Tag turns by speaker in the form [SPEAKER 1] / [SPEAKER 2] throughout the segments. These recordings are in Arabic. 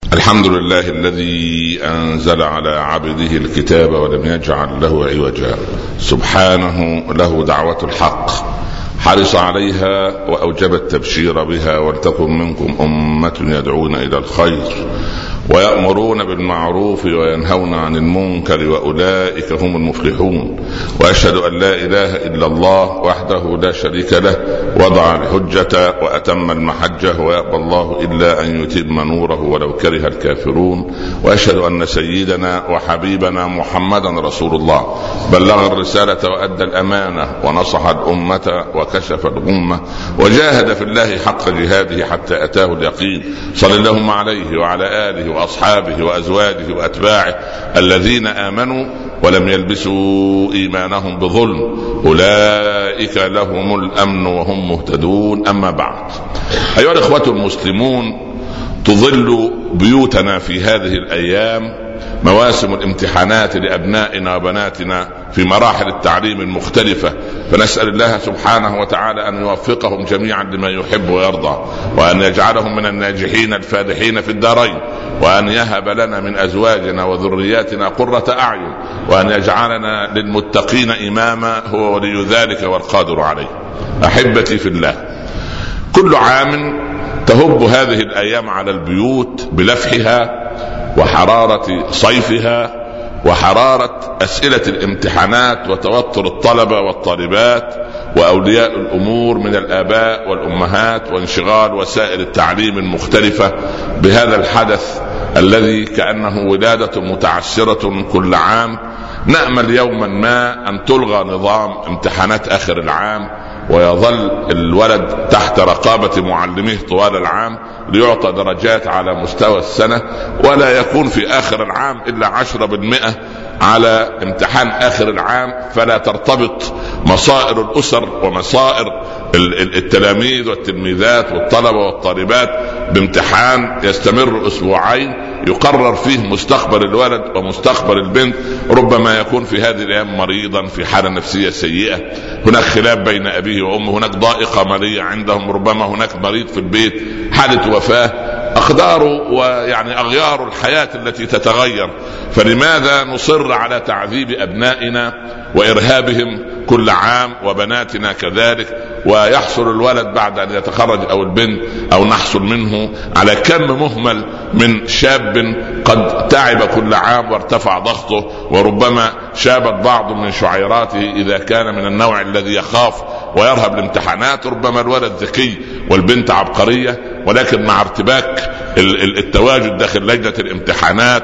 [SPEAKER 1] الحمد لله الذي أنزل على عبده الكتاب ولم يجعل له عوجا، سبحانه له دعوة الحق، حرص عليها وأوجب التبشير بها. ولتكن منكم أمة يدعون إلى الخير ويأمرون بالمعروف وينهون عن المنكر وأولئك هم المفلحون. وأشهد أن لا إله إلا الله وحده لا شريك له، وضع الحجة وأتم المحجة، ويأبى الله إلا أن يتم نوره ولو كره الكافرون. وأشهد أن سيدنا وحبيبنا محمدا رسول الله، بلغ الرسالة وأدى الأمانة ونصح الأمة وكشف الغمة وجاهد في الله حق جهاده حتى أتاه اليقين. صلى اللهم عليه وعلى آله وأصحابه وأزواجه وأتباعه الذين آمنوا ولم يلبسوا إيمانهم بظلم، أولئك لهم الأمن وهم مهتدون. أما بعد، أيها الإخوة المسلمون، تظل بيوتنا في هذه الأيام مواسم الامتحانات لأبنائنا وبناتنا في مراحل التعليم المختلفة، فنسأل الله سبحانه وتعالى أن يوفقهم جميعا لما يحب ويرضى، وأن يجعلهم من الناجحين الفالحين في الدارين، وأن يهب لنا من أزواجنا وذرياتنا قرة أعين، وأن يجعلنا للمتقين إماما، هو ولي ذلك والقادر عليه. أحبتي في الله، كل عام تهب هذه الأيام على البيوت بلفحها وحرارة صيفها وحرارة أسئلة الامتحانات وتوتر الطلبة والطالبات وأولياء الأمور من الآباء والأمهات وانشغال وسائل التعليم المختلفة بهذا الحدث الذي كأنه ولادة متعسرة كل عام. نأمل يوما ما أن تلغى نظام امتحانات آخر العام ويظل الولد تحت رقابة معلميه طوال العام ليعطى درجات على مستوى السنة، ولا يكون في آخر العام إلا 10% على امتحان آخر العام، فلا ترتبط مصائر الأسر ومصائر التلاميذ والتلميذات والطلبة والطالبات بامتحان يستمر أسبوعين يقرر فيه مستقبل الولد ومستقبل البنت. ربما يكون في هذه الأيام مريضا في حالة نفسية سيئة، هناك خلاف بين أبيه وأمه، هناك ضائقة مالية عندهم، ربما هناك مريض في البيت، حالة وفاة، أقدار ويعني أغيار الحياة التي تتغير. فلماذا نصر على تعذيب أبنائنا وإرهابهم كل عام وبناتنا كذلك، ويحصل الولد بعد أن يتخرج أو البنت أو نحصل منه على كم مهمل من شاب قد تعب كل عام وارتفع ضغطه، وربما شابت بعض من شعيراته إذا كان من النوع الذي يخاف ويرهب الامتحانات. ربما الولد ذكي والبنت عبقرية، ولكن مع ارتباك التواجد داخل لجنة الامتحانات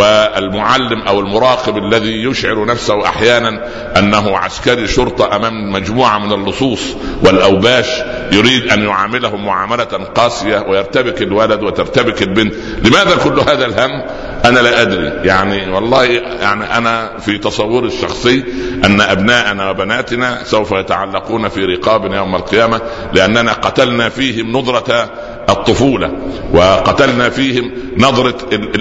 [SPEAKER 1] والمعلم أو المراقب الذي يشعر نفسه أحيانا أنه عسكري شرطة أمام مجموعة من اللصوص والأوباش يريد أن يعاملهم معاملة قاسية، ويرتبك الولد وترتبك البنت. لماذا كل هذا الهم؟ أنا لا أدري. يعني والله يعني أنا في تصوري الشخصي أن أبناءنا وبناتنا سوف يتعلقون في رقابنا يوم القيامة، لأننا قتلنا فيهم نظرة الطفولة وقتلنا فيهم نظرة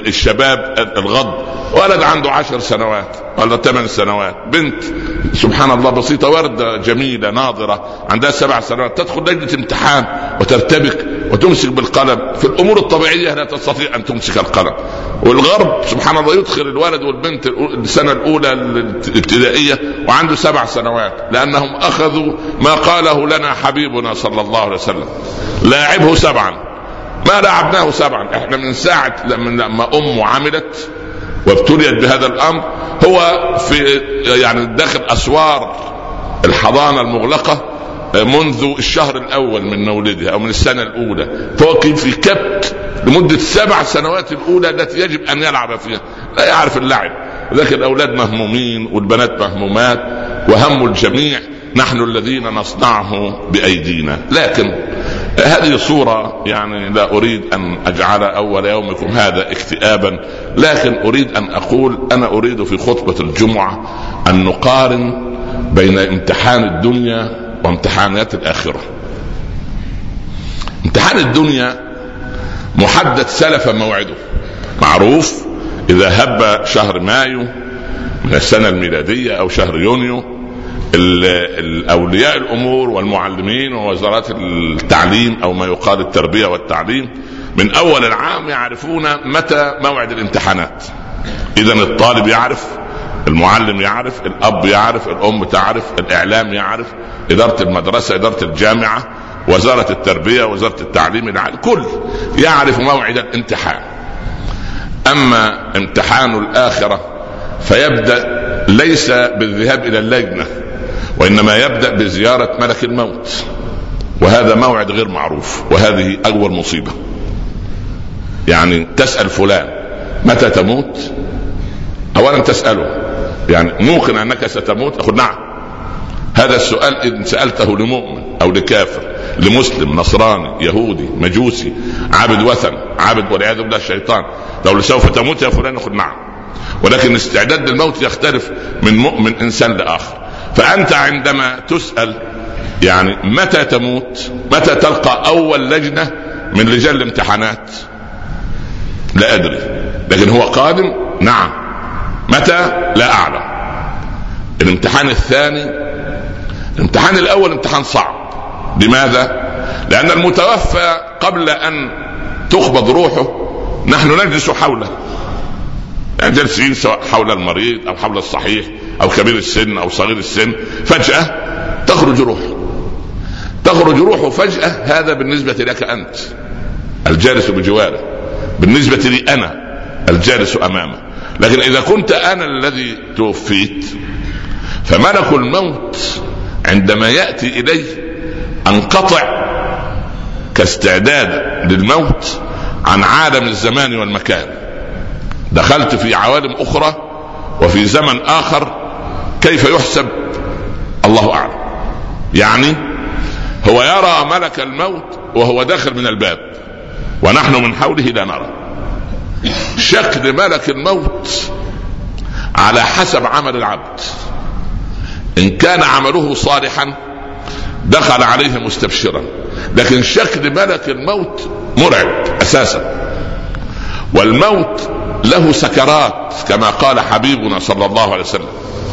[SPEAKER 1] الشباب الغض. ولد عنده 10 سنوات ولا 8 سنوات، بنت سبحان الله بسيطة وردة جميلة ناظرة عندها 7 سنوات تدخل لجنة امتحان وترتبك وتمسك بالقلم. في الأمور الطبيعية لا تستطيع أن تمسك القلم. والغرب سبحان الله يدخل الولد والبنت السنة الأولى الابتدائية وعنده 7 سنوات، لأنهم أخذوا ما قاله لنا حبيبنا صلى الله عليه وسلم: لاعبه 7. ما لعبناه 7. احنا من ساعة لما أمه عملت وابتليت بهذا الأمر، هو في يعني داخل أسوار الحضانة المغلقة منذ الشهر الأول من مولدها أو من السنة الأولى، فهو في كبت لمدة 7 سنوات الأولى التي يجب أن يلعب فيها، لا يعرف اللعب. لكن الأولاد مهمومين والبنات مهمومات، وهم الجميع نحن الذين نصنعه بأيدينا. لكن هذه صورة يعني لا أريد أن أجعل أول يومكم هذا اكتئابا، لكن أريد أن أقول أنا أريد في خطبة الجمعة أن نقارن بين امتحان الدنيا وامتحانات الآخرة. امتحان الدنيا محدد سلف موعده، معروف إذا هب شهر مايو من السنة الميلادية أو شهر يونيو، الأولياء الأمور والمعلمين ووزارات التعليم أو ما يقال التربية والتعليم من اول العام يعرفون متى موعد الامتحانات. اذا الطالب يعرف، المعلم يعرف، الاب يعرف، الام تعرف، الاعلام يعرف، اداره المدرسه، اداره الجامعه، وزاره التربيه، وزاره التعليم، كل يعرف موعد الامتحان. اما امتحان الاخره فيبدا ليس بالذهاب الى اللجنه، وانما يبدا بزياره ملك الموت، وهذا موعد غير معروف، وهذه اول مصيبه. يعني تسال فلان متى تموت، اولا تساله يعني ممكن انك ستموت؟ اقول نعم. هذا السؤال ان سالته لمؤمن او لكافر، لمسلم، نصراني، يهودي، مجوسي، عابد وثن، عابد والعياذ بالله الشيطان، لو سوف تموت يا فلان يقول نعم. ولكن استعداد للموت يختلف من انسان لاخر. فانت عندما تسال يعني متى تموت، متى تلقى اول لجنه من لجان الامتحانات، لا ادري، لكن هو قادم، نعم. متى؟ لا اعلم. الامتحان الثاني، الامتحان الاول امتحان صعب. لماذا؟ لان المتوفى قبل ان تقبض روحه نحن نجلس حوله، يعني جالسين سواء حول المريض او حول الصحيح او كبير السن او صغير السن، فجأة تخرج روحه فجأة. هذا بالنسبة لك أنت الجالس بجواره، بالنسبة لي أنا الجالس أمامه. لكن إذا كنت أنا الذي توفيت، فملك الموت عندما يأتي إليه انقطع كاستعداد للموت عن عالم الزمان والمكان. دخلت في عوالم أخرى وفي زمن آخر، كيف يحسب الله أعلم. يعني هو يرى ملك الموت وهو داخل من الباب، ونحن من حوله لا نرى. شكل ملك الموت على حسب عمل العبد. إن كان عمله صالحا دخل عليه مستبشرا، لكن شكل ملك الموت مرعب أساسا. والموت له سكرات كما قال حبيبنا صلى الله عليه وسلم،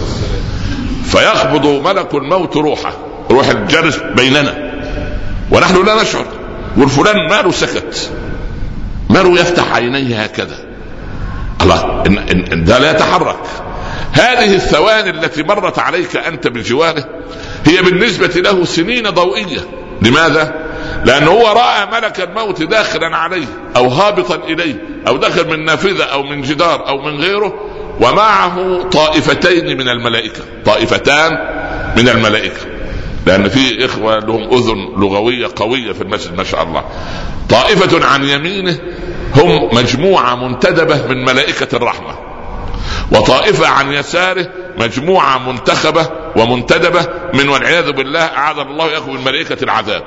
[SPEAKER 1] فيقبض ملك الموت روح الجالس بيننا ونحن لا نشعر. والفلان ماله سكت، ماله يفتح عينيه هكذا، الله إن ده لا يتحرك. هذه الثواني التي مرت عليك أنت بجواره هي بالنسبة له سنين ضوئية. لماذا؟ لأنه هو رأى ملك الموت داخلا عليه أو هابطا إليه أو داخل من نافذة أو من جدار أو من غيره، ومعه طائفتان من الملائكة، طائفتان من الملائكة. لأن في إخوة لهم أذن لغوية قوية في المسجد ما شاء الله. طائفة عن يمينه هم مجموعة منتدبة من ملائكة الرحمة، وطائفة عن يساره مجموعة منتخبة ومنتدبة من والعياذ بالله أعاذنا الله إياكم من ملائكة العذاب.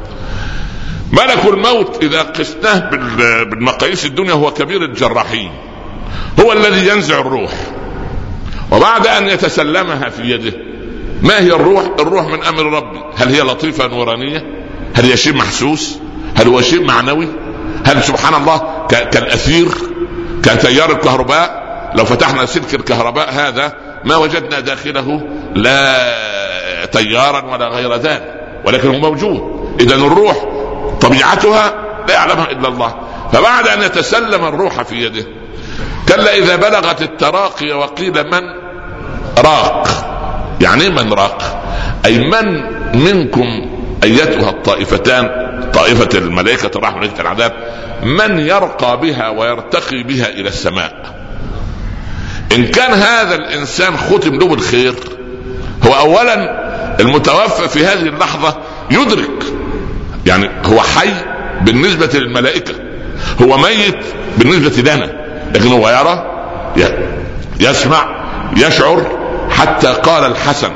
[SPEAKER 1] ملك الموت إذا قسناه بالمقاييس الدنيا هو كبير الجراحين، هو الذي ينزع الروح، وبعد أن يتسلمها في يده. ما هي الروح؟ الروح من أمر ربي. هل هي لطيفة نورانية؟ هل هي شيء محسوس؟ هل هو شيء معنوي؟ هل سبحان الله كالأثير، كتيار الكهرباء؟ لو فتحنا سلك الكهرباء هذا ما وجدنا داخله لا تيارا ولا غير ذلك، ولكن هو موجود. إذن الروح طبيعتها لا يعلمها إلا الله. فبعد أن يتسلم الروح في يده، كلا إذا بلغت التراقي وقيل من راق. يعني من راق؟ أي من منكم أيتها الطائفتان، طائفة الملائكة الرحمة وملائكة العذاب، من يرقى بها ويرتقي بها إلى السماء. إن كان هذا الإنسان ختم له بالخير، هو أولا المتوفى في هذه اللحظة يدرك، يعني هو حي بالنسبة للملائكة، هو ميت بالنسبة لنا، لكن هو يرى، يسمع، يشعر. حتى قال الحسن: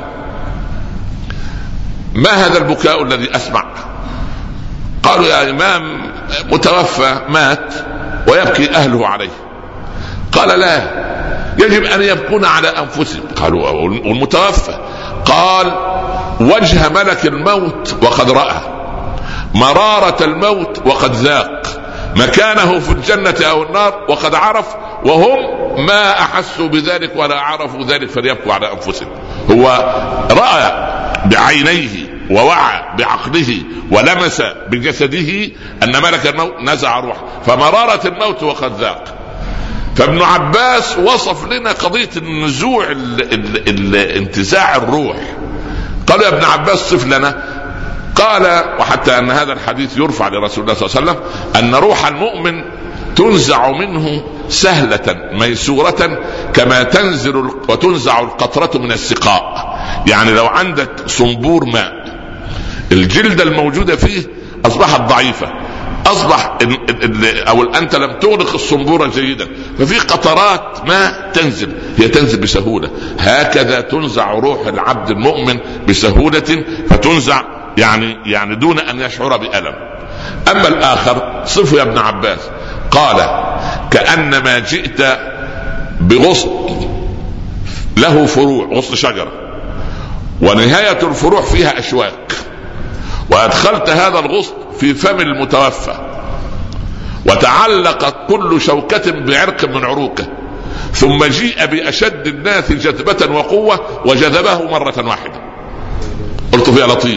[SPEAKER 1] ما هذا البكاء الذي أسمع؟ قالوا: يا إمام متوفى مات ويبكي أهله عليه. قال: لا، يجب أن يبكون على أنفسهم. قالوا: والمتوفى؟ قال: وجه ملك الموت وقد رأى، مرارة الموت وقد ذاق، مكانه في الجنة أو النار وقد عرف، وهم ما أحسوا بذلك ولا عرفوا ذلك فليبكوا على أنفسهم. هو رأى بعينيه ووعى بعقله ولمس بجسده أن ملك الموت نزع روحه، فمرارة الموت وقد ذاق. فابن عباس وصف لنا قضية النزوع انتزاع الروح. قال يا ابن عباس صف لنا. قال وحتى أن هذا الحديث يرفع لرسول الله صلى الله عليه وسلم أن روح المؤمن تنزع منه سهلة ميسورة كما تنزع القطرة من السقاء. يعني لو عندك صنبور ماء الجلدة الموجودة فيه أصبحت ضعيفة، أصبح أو أنت لم تغلق الصنبورة جيدا ففي قطرات ماء تنزل، هي تنزل بسهولة. هكذا تنزع روح العبد المؤمن بسهولة، فتنزع يعني دون أن يشعر بألم. أما الآخر صفه يا ابن عباس. قال كأنما جئت بغصن له فروع، غصن شجرة ونهاية الفروع فيها أشواك، وأدخلت هذا الغصن في فم المتوفى وتعلقت كل شوكة بعرق من عروقه، ثم جيء بأشد الناس جذبة وقوة وجذبه مرة واحدة. قلت فيها لطيف.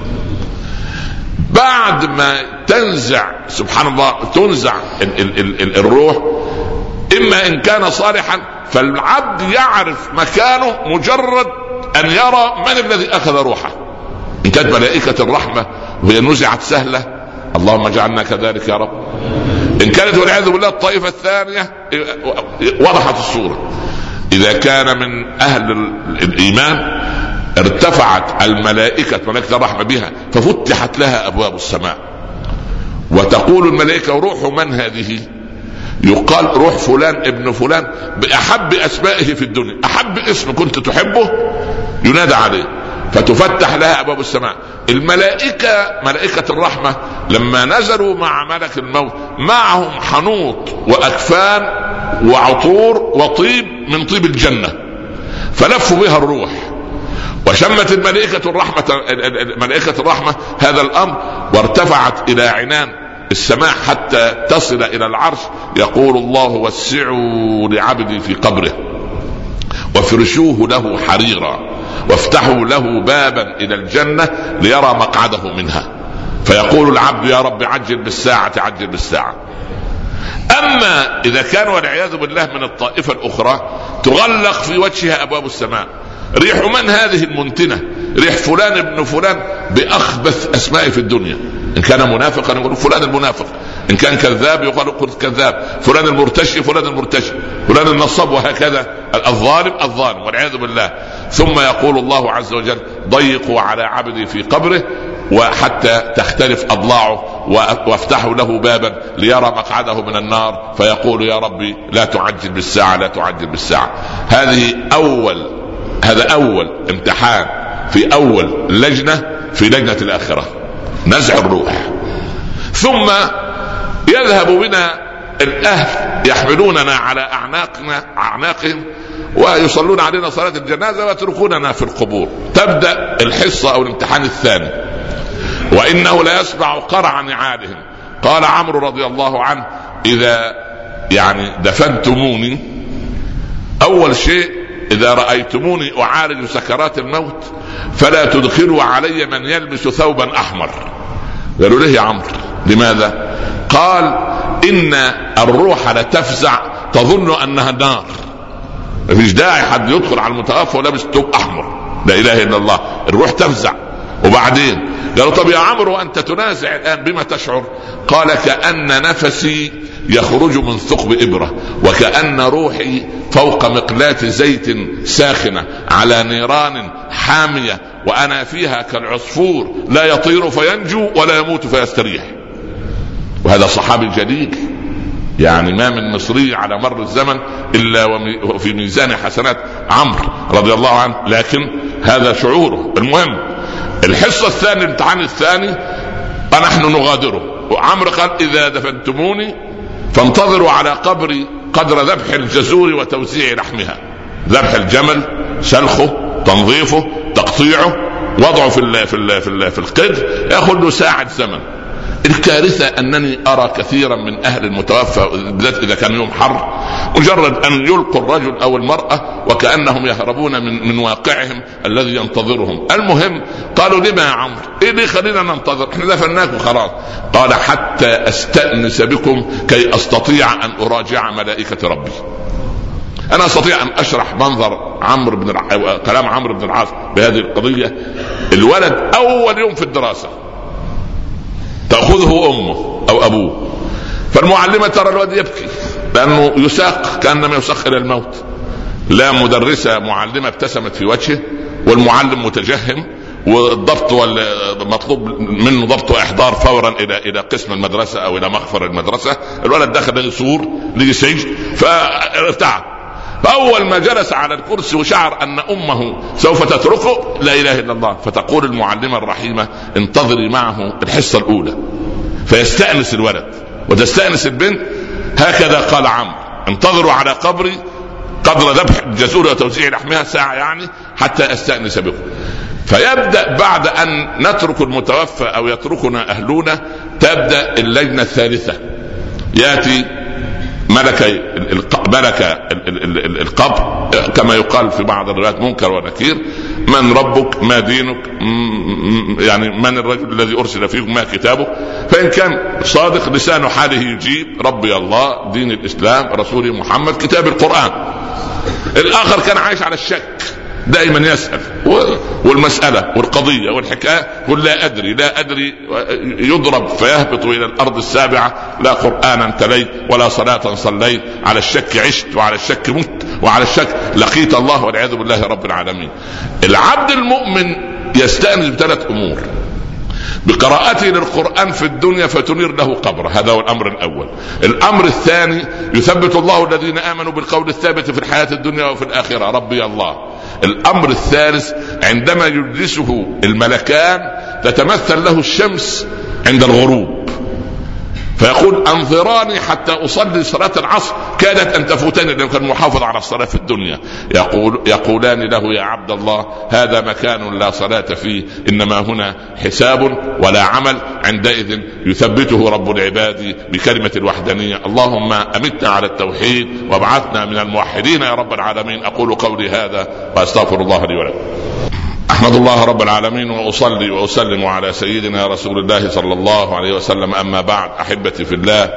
[SPEAKER 1] بعد ما تنزع سبحان الله تنزع الروح، إما إن كان صالحا فالعبد يعرف مكانه مجرد أن يرى من الذي أخذ روحه. إن كانت ملائكة الرحمة وهي نزعت سهلة، اللهم اجعلنا كذلك يا رب. إن كانت والعياذ بالله الطائفة الثانية وضحت الصورة. إذا كان من أهل الإيمان ارتفعت الملائكة ملائكة الرحمة بها ففتحت لها أبواب السماء، وتقول الملائكة روح من هذه؟ يقال روح فلان ابن فلان بأحب أسمائه في الدنيا، أحب اسم كنت تحبه ينادى عليه، فتفتح لها أبواب السماء. الملائكة ملائكة الرحمة لما نزلوا مع ملك الموت معهم حنوط وأكفان وعطور وطيب من طيب الجنة، فلفوا بها الروح، وشمت ملائكة الرحمة هذا الأمر، وارتفعت إلى عنان السماء حتى تصل إلى العرش. يقول الله وسعوا لعبدي في قبره وفرشوه له حريرا وافتحوا له بابا إلى الجنة ليرى مقعده منها، فيقول العبد يا رب عجل بالساعة عجل بالساعة. أما إذا كان والعياذ بالله من الطائفة الأخرى تغلق في وجهها أبواب السماء، ريح من هذه المنتنة؟ ريح فلان ابن فلان بأخبث أسماء في الدنيا. إن كان منافقا يقول فلان المنافق، إن كان كذاب يقول كذاب، فلان المرتشي فلان المرتشي، فلان النصاب، وهكذا الظالم الظالم والعياذ بالله. ثم يقول الله عز وجل ضيقوا على عبدي في قبره وحتى تختلف أضلاعه وافتحوا له بابا ليرى مقعده من النار، فيقول يا ربي لا تعجل بالساعة لا تعجل بالساعة. هذا أول امتحان في أول لجنة في لجنة الآخرة، نزع الروح. ثم يذهب بنا الأهل يحملوننا على أعناقهم ويصلون علينا صلاة الجنازة ويتركوننا في القبور. تبدأ الحصة أو الامتحان الثاني، وإنه لا يسمع قرع نعالهم. قال عمرو رضي الله عنه إذا دفنتموني، أول شيء إذا رأيتموني أعالج سكرات الموت فلا تدخلوا علي من يلبس ثوبا أحمر. قالوا له يا عمرو لماذا؟ قال إن الروح لتفزع تظن أنها النار، مفيش داعي حد يدخل على المتوفى ولابس ثوب أحمر، لا إله إلا الله، الروح تفزع. وبعدين قالوا طب يا عمرو وأنت تنازع الآن بما تشعر؟ قال كأن نفسي يخرج من ثقب إبرة، وكأن روحي فوق مقلاة زيت ساخنة على نيران حامية، وأنا فيها كالعصفور لا يطير فينجو ولا يموت فيستريح. وهذا صحابي جليل، ما من مصري على مر الزمن إلا وفي ميزان حسنات عمرو رضي الله عنه، لكن هذا شعوره. المهم الحصة الثانية الامتحان الثاني نحن نغادره. وعمرو قال إذا دفنتموني فانتظروا على قبري قدر ذبح الجزور وتوزيع لحمها، ذبح الجمل، سلخه، تنظيفه، تقطيعه، وضعه في القدر، يأخذ له ساعة زمن. الكارثة أنني أرى كثيرا من أهل المتوفى بالذات إذا كان يوم حر مجرد أن يلقوا الرجل أو المرأة وكأنهم يهربون من واقعهم الذي ينتظرهم. المهم قالوا لما يا عمرو؟ إيه اللي خلينا ننتظر؟ احنا دفناكم خلاص. قال حتى أستأنس بكم كي أستطيع أن أراجع ملائكة ربي. أنا أستطيع أن أشرح منظر كلام عمرو بن العاص بهذه القضية. الولد أول يوم في الدراسة تأخذه أمه أو أبوه، فالمعلمة ترى الولد يبكي لأنه يساق كأنما يساق إلى الموت. لا مدرسة معلمة ابتسمت في وجهه، والمعلم متجهم، والضبط مطلوب منه ضبط واحضار فورا الى قسم المدرسه او الى مخفر المدرسه. الولد دخل يصور ليسجد فارتعب. فاول ما جلس على الكرسي وشعر ان امه سوف تتركه لا اله الا الله، فتقول المعلمه الرحيمه انتظري معه الحصه الاولى. فيستأنس الولد وتستأنس البنت. هكذا قال عمرو: انتظروا على قبري قدر ذبح الجزور وتوزيع لحمها ساعة يعني حتى أستأنس بكم. فيبدأ بعد أن نترك المتوفى أو يتركنا أهلنا تبدأ اللجنة الثالثة. يأتي ملك القبر كما يقال في بعض الروايات منكر ونكير: من ربك؟ ما دينك؟ يعني من الرجل الذي أرسل فيكم؟ ما كتابه؟ فإن كان صادق لسان حاله يجيب: ربي الله، دين الإسلام، رسولي محمد، كتاب القرآن. الآخر كان عايش على الشك، دائما يسأل، والمسألة والقضية والحكاية يقول لا أدري، يضرب فيهبط إلى الأرض السابعة: لا قرآنا تليت ولا صلاة صليت، على الشك عشت وعلى الشك مت وعلى الشك لقيت الله والعياذ بالله رب العالمين. العبد المؤمن يستأنس بثلاث أمور: بقراءته للقرآن في الدنيا فتنير له قبره، هذا هو الأمر الأول. الأمر الثاني: يثبت الله الذين آمنوا بالقول الثابت في الحياة الدنيا وفي الآخرة، ربي الله. الأمر الثالث: عندما يجلسه الملكان تتمثل له الشمس عند الغروب، فيقول: انظراني حتى أصلي صلاة العصر كادت أن تفوتني، لأنه كان محافظ على الصلاة في الدنيا. يقولان له: يا عبد الله، هذا مكان لا صلاة فيه، إنما هنا حساب ولا عمل. عندئذ يثبته رب العباد بكلمة الوحدانية. اللهم أمتنا على التوحيد وابعثنا من الموحدين يا رب العالمين. أقول قولي هذا وأستغفر الله لي ولكم. أحمد الله رب العالمين وأصلي وأسلم على سيدنا رسول الله صلى الله عليه وسلم. أما بعد، أحبتي في الله،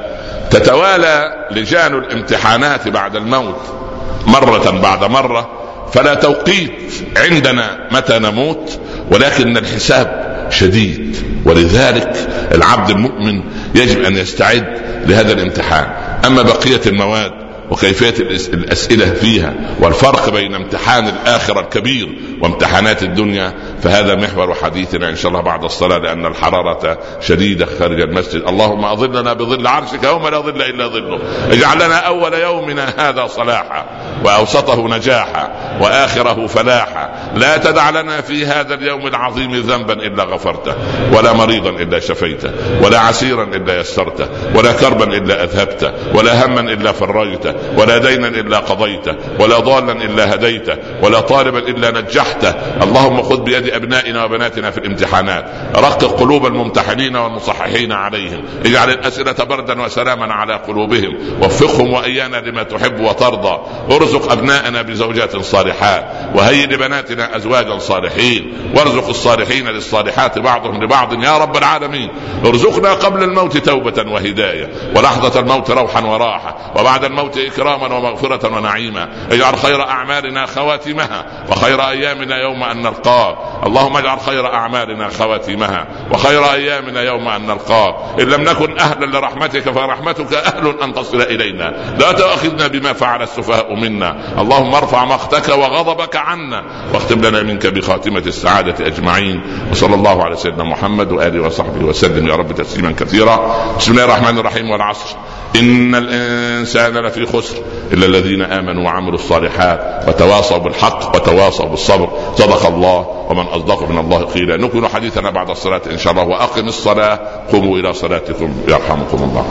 [SPEAKER 1] تتوالى لجان الامتحانات بعد الموت مرة بعد مرة، فلا توقيت عندنا متى نموت، ولكن الحساب شديد. ولذلك العبد المؤمن يجب أن يستعد لهذا الامتحان. أما بقية المواد وكيفية الأسئلة فيها والفرق بين امتحان الآخرة الكبير وامتحانات الدنيا فهذا محور حديثنا إن شاء الله بعد الصلاة، لأن الحرارة شديدة خارج المسجد. اللهم أظلنا بظل عرشك يوم لا ظل إلا ظله. اجعل لنا أول يومنا هذا صلاحا، وأوسطه نجاحا، وآخره فلاحا. لا تدع لنا في هذا اليوم العظيم ذنبا إلا غفرته، ولا مريضا إلا شفيته، ولا عسيرا إلا يسرته، ولا كربا إلا أذهبته، ولا هما إلا فرجته، ولا دينا إلا قضيته، ولا ضالا إلا هديته، ولا طالبا إلا نجحته. اللهم خذ بيد أبنائنا وبناتنا في الامتحانات، رقق قلوب الممتحنين والمصححين عليهم، اجعل الأسئلة بردا وسلاما على قلوبهم، وفقهم وإيانا لما تحب وترضى. ارزق أبناءنا بزوجات صالحات، وهيئ لبناتنا أزواجا صالحين، وارزق الصالحين للصالحات بعضهم لبعض يا رب العالمين. ارزقنا قبل الموت توبة وهداية، ولحظة الموت روحا وراحة، وبعد الموت إكراما ومغفرة ونعيما. اجعل خير أعمالنا خواتمها، وخير أيامنا يوم أن نلقاك. اللهم اجعل خير أعمالنا خواتمها، وخير أيامنا يوم أن نلقاك. إن لم نكن أهلا لرحمتك فرحمتك أهل أن تصل إلينا. لا تأخذنا بما فعل السفهاء منا. اللهم ارفع مقتك وغضبك عنا، واختم لنا منك بخاتمة السعادة أجمعين. وصلى الله على سيدنا محمد وآله وصحبه وسلم يا رب تسليما كثيرا. بسم الله الرحمن الرحيم. والعصر إن الإنسان لفي خسر إلا الذين آمنوا وعملوا الصالحات وتواصوا بالحق وتواصوا بالصبر. صدق الله، ومن أصدق من الله قيلا. نكمل حديثنا بعد الصلاة إن شاء الله. وأقم الصلاة، قوموا إلى صلاتكم يرحمكم الله.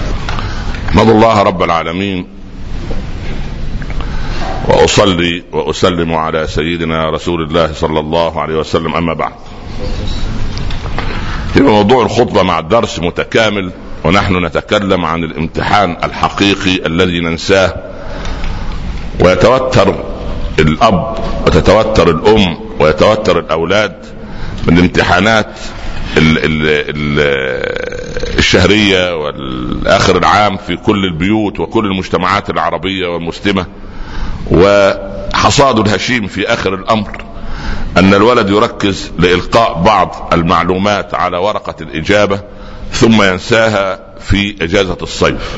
[SPEAKER 1] أحمد الله رب العالمين وأصلي وأسلم على سيدنا رسول الله صلى الله عليه وسلم. أما بعد، يبقى موضوع الخطبة مع الدرس متكامل، ونحن نتكلم عن الامتحان الحقيقي الذي ننساه ويتوتر الأب وتتوتر الأم ويتوتر الأولاد من الامتحانات الشهرية والآخر العام في كل البيوت وكل المجتمعات العربية والمسلمة، وحصاد الهشيم في آخر الأمر أن الولد يركز لإلقاء بعض المعلومات على ورقة الإجابة ثم ينساها في إجازة الصيف.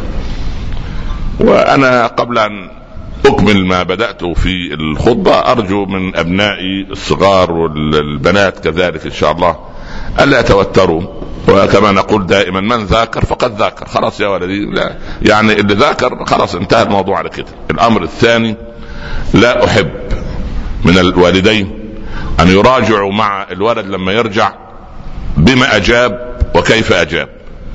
[SPEAKER 1] وأنا قبل أن أكمل ما بدأت في الخطبة أرجو من أبنائي الصغار والبنات كذلك إن شاء الله ألا يتوتروا، وكما نقول دائما من ذاكر فقد ذاكر، خلاص يا ولدي، لا يعني اللي ذاكر خلاص انتهى الموضوع على كده. الأمر الثاني، لا أحب من الوالدين أن يراجعوا مع الولد لما يرجع بما أجاب وكيف أجاب،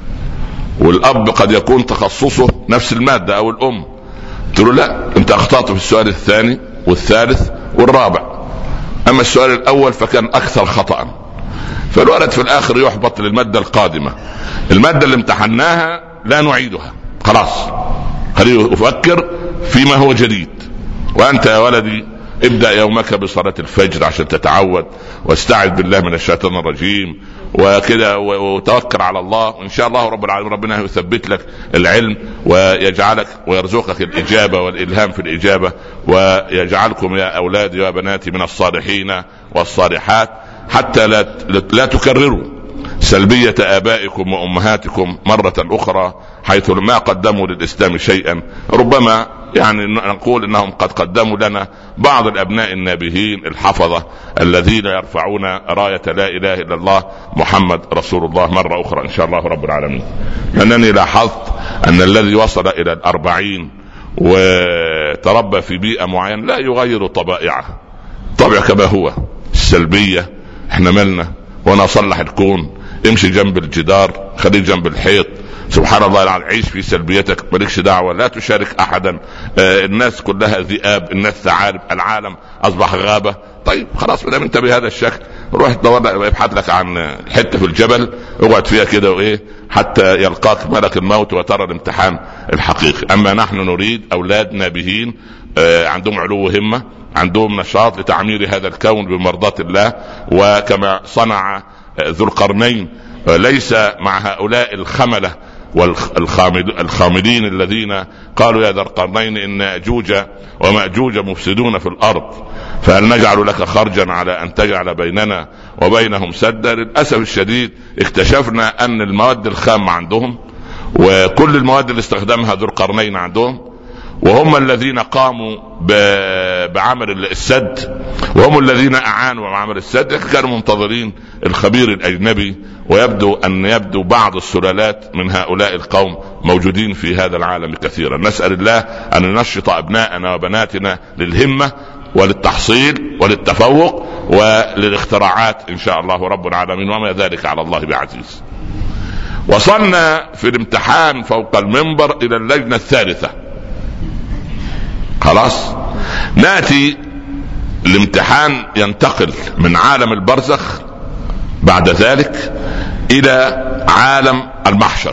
[SPEAKER 1] والأب قد يكون تخصصه نفس المادة أو الأم، تقول لا أنت أخطأت في السؤال الثاني والثالث والرابع، أما السؤال الأول فكان أكثر خطأ، فالولد في الآخر يحبط للمادة القادمة. المادة اللي امتحناها لا نعيدها، خلاص خليه يفكر فيما هو جديد. وأنت يا ولدي ابدأ يومك بصلاة الفجر عشان تتعود، واستعذ بالله من الشيطان الرجيم وكده، وتوكل على الله، وإن شاء الله رب العالمين ربنا يثبت لك العلم ويجعلك ويرزقك الإجابة والإلهام في الإجابة، ويجعلكم يا أولادي وبناتي من الصالحين والصالحات، حتى لا تكرروا سلبية آبائكم وأمهاتكم مرة أخرى، حيث ما قدموا للإسلام شيئا. ربما يعني نقول إنهم قد قدموا لنا بعض الأبناء النابهين الحفظة الذين يرفعون راية لا إله إلا الله محمد رسول الله مرة أخرى إن شاء الله رب العالمين. أنني لاحظت أن الذي وصل إلى 40 وتربى في بيئة معينة لا يغير طبائعه، طبع كما هو السلبية، احنا ملنا وانا اصلح الكون، امشي جنب الجدار خليك جنب الحيط، سبحان الله العظيم، عيش في سلبيتك مالكش دعوة، لا تشارك احدا، الناس كلها ذئاب، الناس ثعالب، العالم اصبح غابة. طيب خلاص ما دام انت بهذا الشكل روح دور ابحث لك عن حتة في الجبل اقعد فيها كده وايه حتى يلقاك ملك الموت وترى الامتحان الحقيقي. اما نحن نريد اولاد نابهين عندهم علو همة، عندهم نشاط لتعمير هذا الكون بمرضاة الله، وكما صنع ذو القرنين ليس مع هؤلاء الخملة والخامدين الذين قالوا يا ذا القرنين إن يأجوج ومأجوج مفسدون في الأرض فهل نجعل لك خرجا على أن تجعل بيننا وبينهم سدا. للأسف الشديد اكتشفنا أن المواد الخام عندهم وكل المواد اللي استخدمها ذو القرنين عندهم، وهم الذين قاموا بعمل السد، وهم الذين أعانوا بعمل السد، كانوا منتظرين الخبير الأجنبي، ويبدو أن بعض السلالات من هؤلاء القوم موجودين في هذا العالم كثيرا. نسأل الله أن ينشط أبناءنا وبناتنا للهمة وللتحصيل وللتفوق وللاختراعات إن شاء الله رب العالمين، وما ذلك على الله بعزيز. وصلنا في الامتحان فوق المنبر إلى اللجنة الثالثة، خلاص ناتي الامتحان ينتقل من عالم البرزخ بعد ذلك الى عالم المحشر.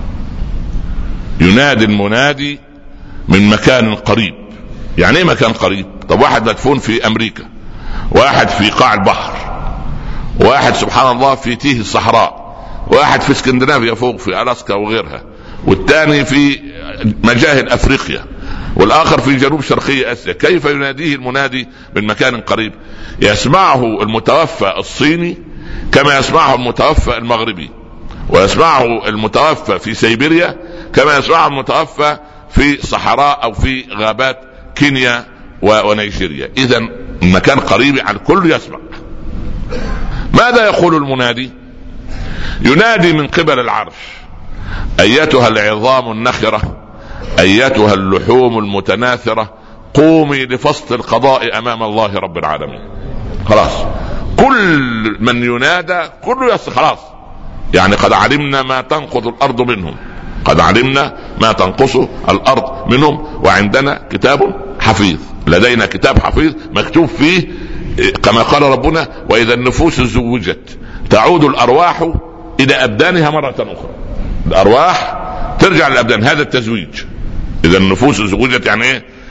[SPEAKER 1] ينادي المنادي من مكان قريب. يعني ايه مكان قريب؟ طب واحد مدفون في امريكا، واحد في قاع البحر، واحد سبحان الله في تيه الصحراء، واحد في اسكندنافيا فوق في ألاسكا وغيرها، والثاني في مجاهل افريقيا، والآخر في جنوب شرقي آسيا. كيف يناديه المنادي من مكان قريب؟ يسمعه المتوفى الصيني كما يسمعه المتوفى المغربي، ويسمعه المتوفى في سيبيريا كما يسمعه المتوفى في صحراء أو في غابات كينيا ونيجيريا. إذن المكان قريب على الكل يسمع. ماذا يقول المنادي؟ ينادي من قبل العرش: أيتها العظام النخرة، أيتها اللحوم المتناثرة، قومي لفصل القضاء أمام الله رب العالمين. خلاص كل من ينادى كله خلاص، يعني قد علمنا ما تنقض الأرض منهم، قد علمنا ما تنقص الأرض منهم، وعندنا كتاب حفيظ، لدينا كتاب حفيظ مكتوب فيه كما قال ربنا: وإذا النفوس زوجت تعود الأرواح إلى أبدانها مرة أخرى. الأرواح ترجع للأبدان، هذا التزويج. إذا النفوس زوجت يعني إيه؟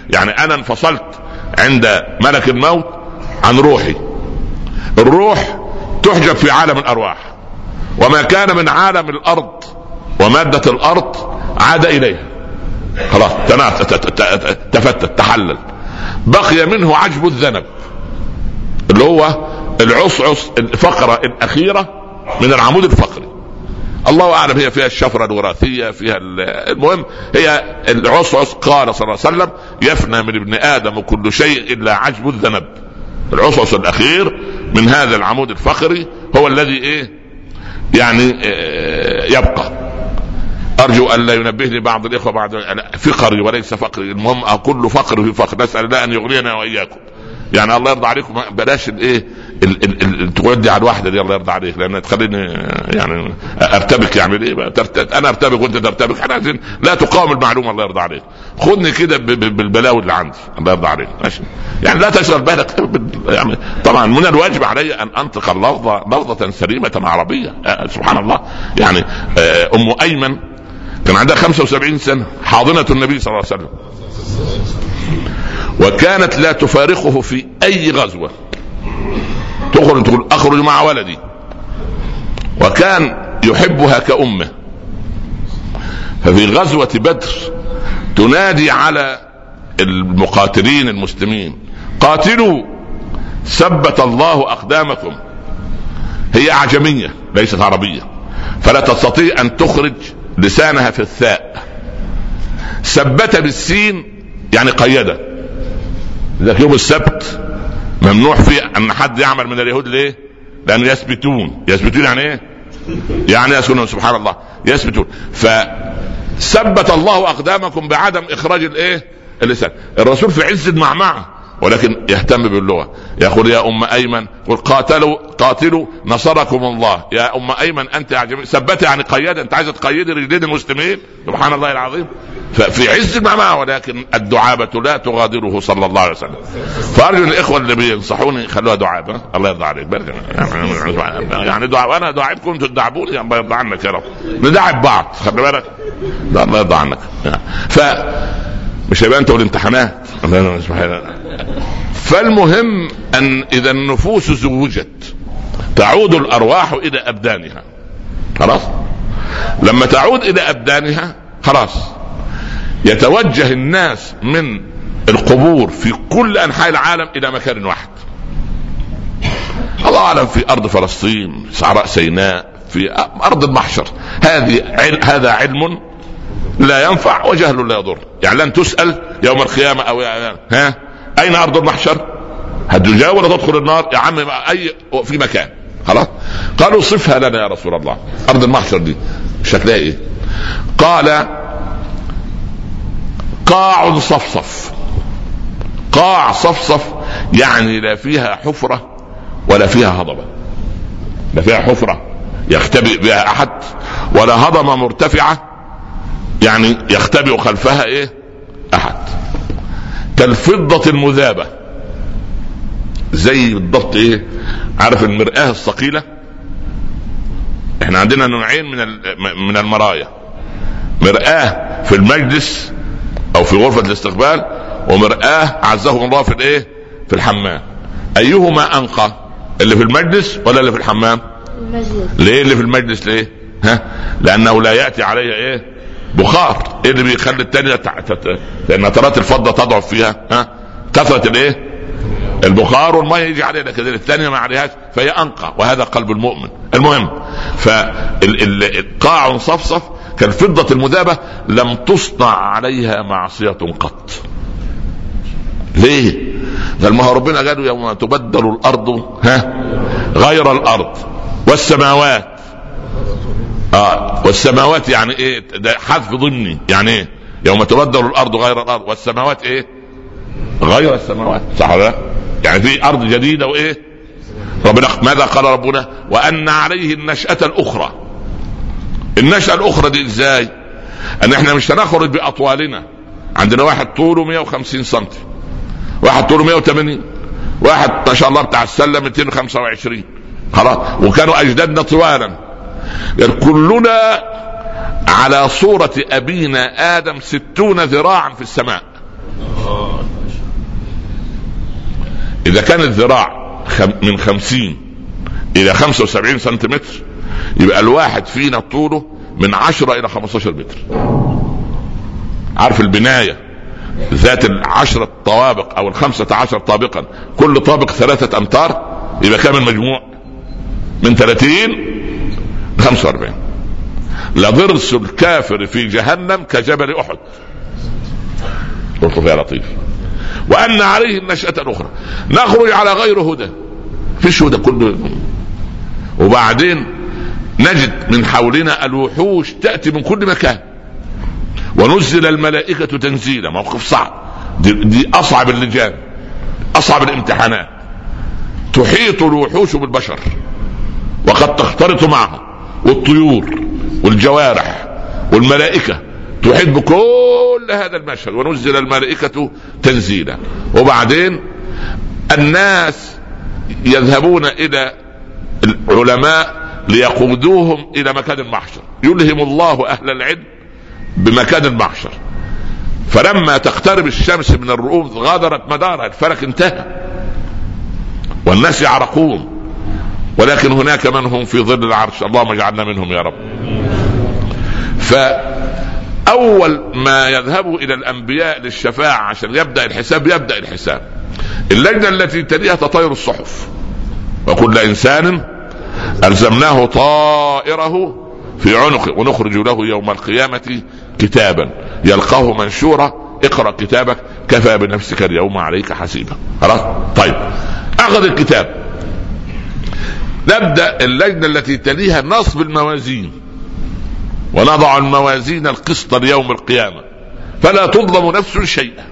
[SPEAKER 1] يعني انا انفصلت عند ملك الموت عن روحي. الروح تحجب في عالم الارواح، وما كان من عالم الارض ومادة الارض عاد اليها، خلاص تفتت تحلل. بقي منه عجب الذنب اللي هو العصعص، الفقرة الاخيرة من العمود الفقري. الله اعلم هي فيها الشفرة الوراثية فيها المهم هي العصعص. قال صلى الله عليه وسلم يفنى من ابن ادم كل شيء الا عجب الذنب. العصعص الاخير من هذا العمود الفقري هو الذي يعني يبقى. ارجو ان لا ينبهني بعض الاخوه بعد فقري وليس فقري، المهم كل فقر في فقر. نسال الله ان يغنينا واياكم. يعني الله يرضى عليكم بلاش تودي على الواحده دي الله يرضى عليك، لان تخليني يعني ارتبك. يعمل ايه انا ارتبك وانت ترتبك؟ احنا عايزين لا تقاوم المعلومه الله يرضى عليك. خذني كده بالبلاوي اللي عندي الله يرضى عليك ماشي. يعني لا تشغل بالك يعني طبعا من الواجب علي ان انطق اللفظه لفظه سليمه عربيه. سبحان الله. يعني ام ايمن كان عندها 75 سنه، حاضنه النبي صلى الله عليه وسلم، وكانت لا تفارقه في اي غزوه. تخرج تقول اخرج مع ولدي، وكان يحبها كأمه. ففي غزوة بدر تنادي على المقاتلين المسلمين قاتلوا ثبت الله أقدامكم. هي أعجمية ليست عربية، فلا تستطيع أن تخرج لسانها في الثاء. ثبت بالسين يعني قيدة. ذاك يوم السبت ممنوع فيه أن حد يعمل من اليهود. ليه؟ لأنه يثبتون يعني إيه؟ يعني يسكنون. سبحان الله يثبتون. فثبت الله أقدامكم بعدم إخراج اللسان. الرسول في عز المعمعة ولكن يهتم باللغة. يقول يا أم أيمن قل قاتلوا نصركم الله. يا أم أيمن أنت أعجمي. ثبت يعني قيادة. أنت عايزة تقيدي رجلين المسلمين. سبحان الله العظيم. ففي عز المعمعة ولكن الدعابة لا تغادره صلى الله عليه وسلم. فأرجو الإخوة اللي بينصحوني خلوها دعابة. الله يرضى عليك. يعني دعاء أنا دعاءكم تدعبوني. الله يرضى عنك يا رب. ندعب بعض خلي بالك. الله يرضى عنك. مش هيبقى أنت والامتحانات. فالمهم أن إذا النفوس زوجت تعود الأرواح إلى أبدانها. خلاص لما تعود إلى أبدانها خلاص يتوجه الناس من القبور في كل أنحاء العالم إلى مكان واحد. الله أعلم في أرض فلسطين، صحراء سيناء، في أرض المحشر. هذا علم لا ينفع وجهل لا يضر. يعني لن تسأل يوم القيامة أو أين أرض المحشر؟ هتجاوب ولا تدخل النار؟ يا عم أي في مكان. خلاص قالوا صفها لنا يا رسول الله. أرض المحشر دي شكلها إيه؟ قال قاع صفصف. قاع صفصف يعني لا فيها حفرة ولا فيها هضبة. لا فيها حفرة يختبئ بها أحد ولا هضبة مرتفعة يعني يختبئ خلفها أحد. كالفضة المذابة زي بالضبط عارف المرآة الثقيلة. احنا عندنا نوعين من المرايا. مرآة في المجلس او في غرفة الاستقبال، ومرآة عزه الله في الحمام. ايهما انقى؟ اللي في المجلس ولا اللي في الحمام؟ ليه اللي في المجلس؟ ليه؟ لانه لا يأتي عليه بخار. اللي بيخلي التانية لان نترات الفضة تضعف فيها كثرة البخار والماء يجي عليها، لكن الثانية ما عليهاش فهي أنقى، وهذا قلب المؤمن. المهم فالقاع صفصف كالفضة المذابة لم تصنع عليها معصية قط. ليه؟ قال ما هو ربنا قالوا يوم تبدل الأرض غير الأرض والسماوات. والسماوات يعني ده حذف ضمني. يعني يوم تبدل الأرض غير الأرض والسماوات غير السماوات. صح ولا لا؟ يعني في أرض جديدة ربنا ماذا قال ربنا؟ وأن عليه النشأة الأخرى. النشأة الأخرى دي ازاي؟ أن احنا مش هنخرج بأطوالنا. عندنا واحد طوله 150 سنتي، واحد طوله 180، واحد ما شاء الله بتاع السلة 225. خلاص وكانوا أجدادنا طوالا. يعني كلنا على صورة أبينا آدم 60 ذراعا في السماء. اذا كان الذراع من 50 الى 75 سنتيمتر، يبقى الواحد فينا طوله من 10 الى 15 متر. عارف البناية ذات 10 طوابق او 15 طابقا، كل طابق 3 أمتار، يبقى كام المجموع؟ من 30 ل 45. لضرس الكافر في جهنم كجبل أحد. قلت يا لطيف. وأن عليه النشأة الأخرى. نخرج على غير هدى، فيش هدى كله. وبعدين نجد من حولنا الوحوش تأتي من كل مكان، ونزل الملائكة تنزيلا. موقف صعب، دي أصعب اللجان، أصعب الامتحانات. تحيط الوحوش بالبشر وقد تختلط معهم، والطيور والجوارح والملائكة تحيط بكل هذا المشهد. ونزل الملائكة تنزيلا. وبعدين الناس يذهبون إلى العلماء ليقودوهم إلى مكان المحشر. يلهم الله أهل العلم بمكان المحشر. فلما تقترب الشمس من الرؤوس غادرت مدارها، الفلك انتهى والناس يعرقون، ولكن هناك من هم في ظل العرش. اللهم اجعلنا منهم يا رب. فأول ما يذهبوا إلى الأنبياء للشفاعة عشان يبدأ الحساب. اللجنة التي تليها تطير الصحف، وكل إنسان ألزمناه طائره في عنقه ونخرج له يوم القيامة كتابا يلقاه منشورا اقرأ كتابك كفى بنفسك اليوم عليك حسيبا. خلاص طيب، أخذ الكتاب. نبدأ اللجنة التي تليها نصب الموازين. ونضع الموازين القسط ليوم القيامة فلا تظلم نفس شيئا،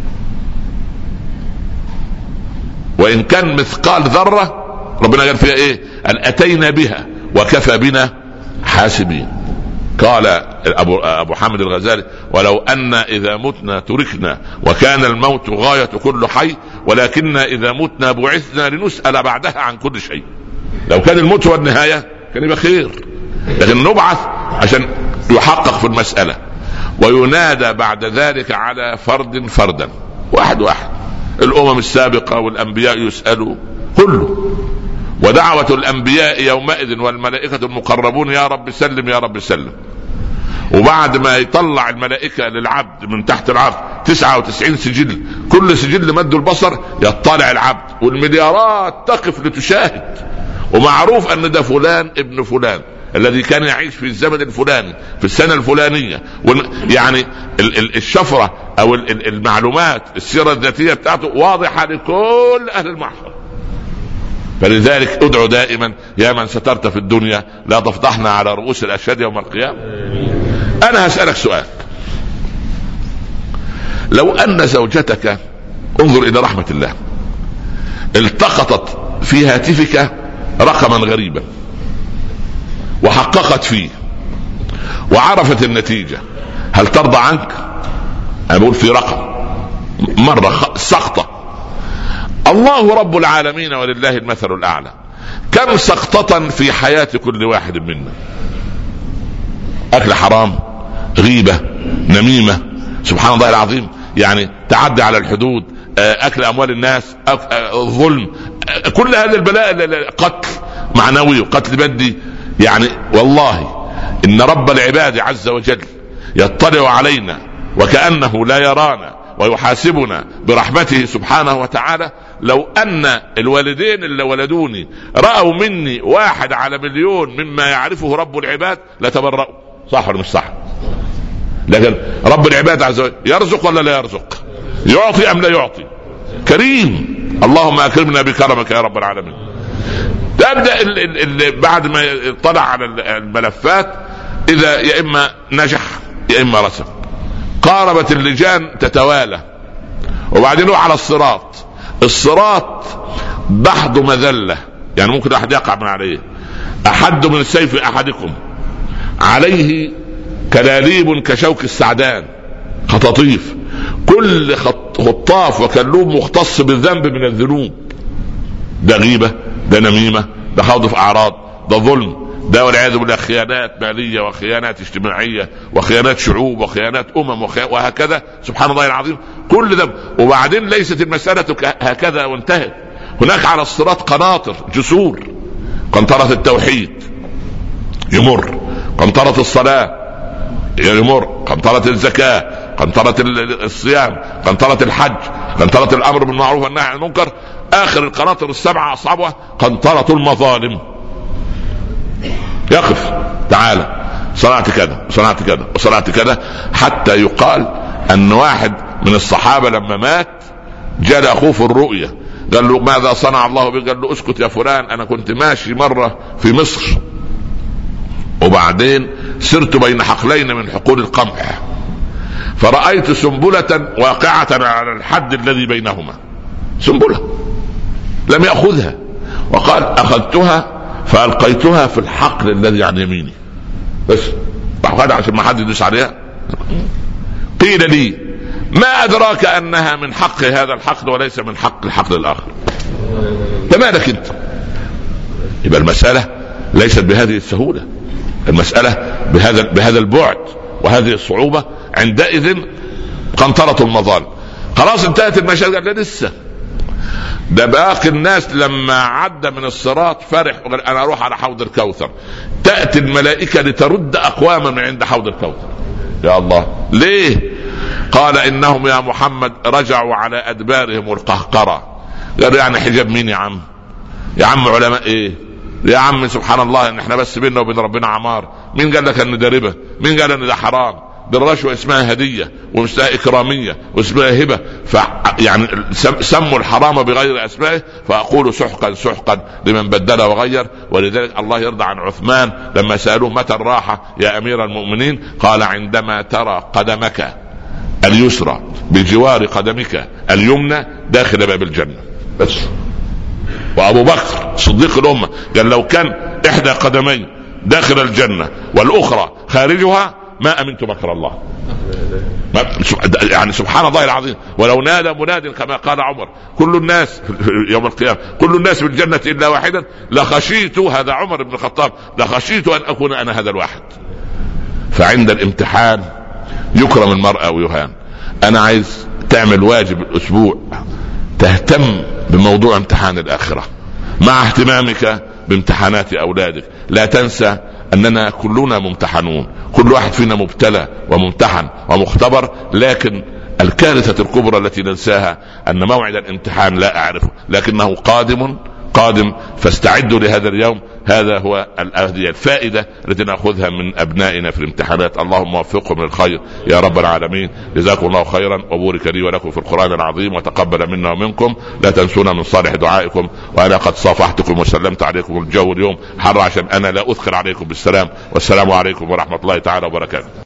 [SPEAKER 1] وإن كان مثقال ذرة. ربنا قال فيها ايه؟ أن أتينا بها وكفى بنا حاسبين. قال أبو حامد الغزالي: ولو أن إذا متنا تركنا وكان الموت غاية كل حي، ولكننا إذا متنا بعثنا لنسأل بعدها عن كل شيء. لو كان الموت هو النهاية كان يبقى خير، لكن نبعث عشان يحقق في المسألة. وينادى بعد ذلك على فردا واحد. الأمم السابقة والأنبياء يسألوا كله. ودعوة الأنبياء يومئذ والملائكة المقربون يا رب سلم يا رب سلم. وبعد ما يطلع الملائكة للعبد من تحت العرش 99 سجل، كل سجل مد البصر يطلع العبد، والمليارات تقف لتشاهد. ومعروف أن ده فلان ابن فلان الذي كان يعيش في الزمن الفلاني في السنة الفلانية. يعني الشفرة أو المعلومات السيرة الذاتية بتاعته واضحة لكل أهل المحشر. فلذلك ادعو دائما يا من سترت في الدنيا لا تفضحنا على رؤوس الأشهاد يوم القيامة. أنا هسألك سؤال: لو أن زوجتك، انظر إلى رحمة الله، التقطت في هاتفك رقما غريبا وحققت فيه وعرفت النتيجة، هل ترضى عنك؟ أنا بقول في رقم مرة سقطة. الله رب العالمين ولله المثل الأعلى، كم سقطة في حياة كل واحد منا؟ أكل حرام، غيبة، نميمة، سبحان الله العظيم، يعني تعدي على الحدود، أكل أموال الناس، ظلم، كل هذا البلاء، قتل معنوي وقتل بدي. يعني والله إن رب العباد عز وجل يطلع علينا وكأنه لا يرانا ويحاسبنا برحمته سبحانه وتعالى. لو أن الوالدين اللي ولدوني رأوا مني 1 على مليون مما يعرفه رب العباد لتبرأوا. صح ولا مش صح؟ لكن رب العباد عز وجل يرزق ولا لا يرزق؟ يعطي أم لا يعطي؟ كريم. اللهم أكرمنا بكرمك يا رب العالمين. تبدأ بعد ما يطلع على الملفات، إذا يا إما نجح يا إما رسب. قاربت اللجان تتوالى، وبعدين نروح على الصراط بحض مذلة، يعني ممكن أحد يقع من عليه، أحد من السيف أحدكم، عليه كلاليب كشوك السعدان، خطاطيف، كل خطاف وكلوب مختص بالذنب من الذنوب. ده غيبة، ده نميمة، ده خوض في أعراض، ده ظلم، ده والعياذ بالله خيانات مالية وخيانات اجتماعية وخيانات شعوب وخيانات وهكذا. سبحان الله العظيم، كل ذنب. وبعدين ليست المسألة هكذا وانتهت، هناك على الصراط قناطر، جسور، قنطرة التوحيد يمر، قنطرة الصلاة يمر، قنطرة الزكاة، قنطرة الصيام، قنطرة الحج، قنطرة الأمر بالمعروف والنهي عن المنكر. آخر القناطر السبعة أصعبها قنطرة المظالم. يقف تعالى صنعت كذا صنعت كذا وصنعت كذا، حتى يقال أن واحد من الصحابة لما مات جاء أخوه في الرؤيا قال له ماذا صنع الله بك؟ قال له اسكت يا فلان، أنا كنت ماشي مرة في مصر وبعدين سرت بين حقلين من حقول القمح فرأيت سنبلة واقعة على الحد الذي بينهما، سنبلة لم يأخذها، وقال أخذتها فألقيتها في الحقل الذي عن يميني بس هذا عشان ما حد يدوس عليها. قيل لي ما أدراك أنها من حق هذا الحقل وليس من حق الحقل الآخر؟ تمالك أنت. يبقى المسألة ليست بهذه السهولة، المسألة بهذا البعد وهذه الصعوبة. عندئذ قنطرة المظالم خلاص انتهت المشهد. قال لسه ده باقي الناس لما عدى من الصراط فرح وقال انا اروح على حوض الكوثر. تأتي الملائكة لترد اقواما من عند حوض الكوثر. يا الله ليه؟ قال انهم يا محمد رجعوا على ادبارهم القهقرة. قالوا يعني حجاب مين يا عم؟ يا عم علماء ايه يا عم؟ سبحان الله ان احنا بس بيننا وبين ربنا عمار. مين قال لك ان ده ربا؟ مين قال ان ده حرام؟ ده الرشوة اسمها هدية واسمها إكرامية واسمها هبة. يعني سموا الحرام بغير أسمائه. فأقول سحقا سحقا لمن بدل وغير. ولذلك الله يرضى عن عثمان لما سألوه متى الراحة يا أمير المؤمنين؟ قال عندما ترى قدمك اليسرى بجوار قدمك اليمنى داخل باب الجنة بس. وأبو بكر صديق الأمة قال لو كان إحدى قدمي داخل الجنة والأخرى خارجها ما أمنت مكر الله. يعني سبحان الله العظيم. ولو نادى مناد كما قال عمر كل الناس يوم القيامة كل الناس في الجنة إلا واحدا لخشيت، هذا عمر بن الخطاب، لخشيت أن أكون أنا هذا الواحد. فعند الامتحان يكرم المرأة ويهان. أنا عايز تعمل واجب الأسبوع تهتم بموضوع امتحان الآخرة مع اهتمامك بامتحانات أولادك. لا تنسى أننا كلنا ممتحنون، كل واحد فينا مبتلى وممتحن ومختبر. لكن الكارثة الكبرى التي ننساها أن موعد الامتحان لا أعرفه لكنه قادم. فاستعدوا لهذا اليوم. هذا هو الفائدة التي نأخذها من أبنائنا في الامتحانات. اللهم وفقهم للخير يا رب العالمين. جزاكم الله خيرا وبارك لي ولكم في القرآن العظيم وتقبل منا ومنكم. لا تنسونا من صالح دعائكم. وأنا قد صافحتكم وسلمت عليكم. الجو اليوم حر عشان أنا لا أذكر عليكم بالسلام. والسلام عليكم ورحمة الله تعالى وبركاته.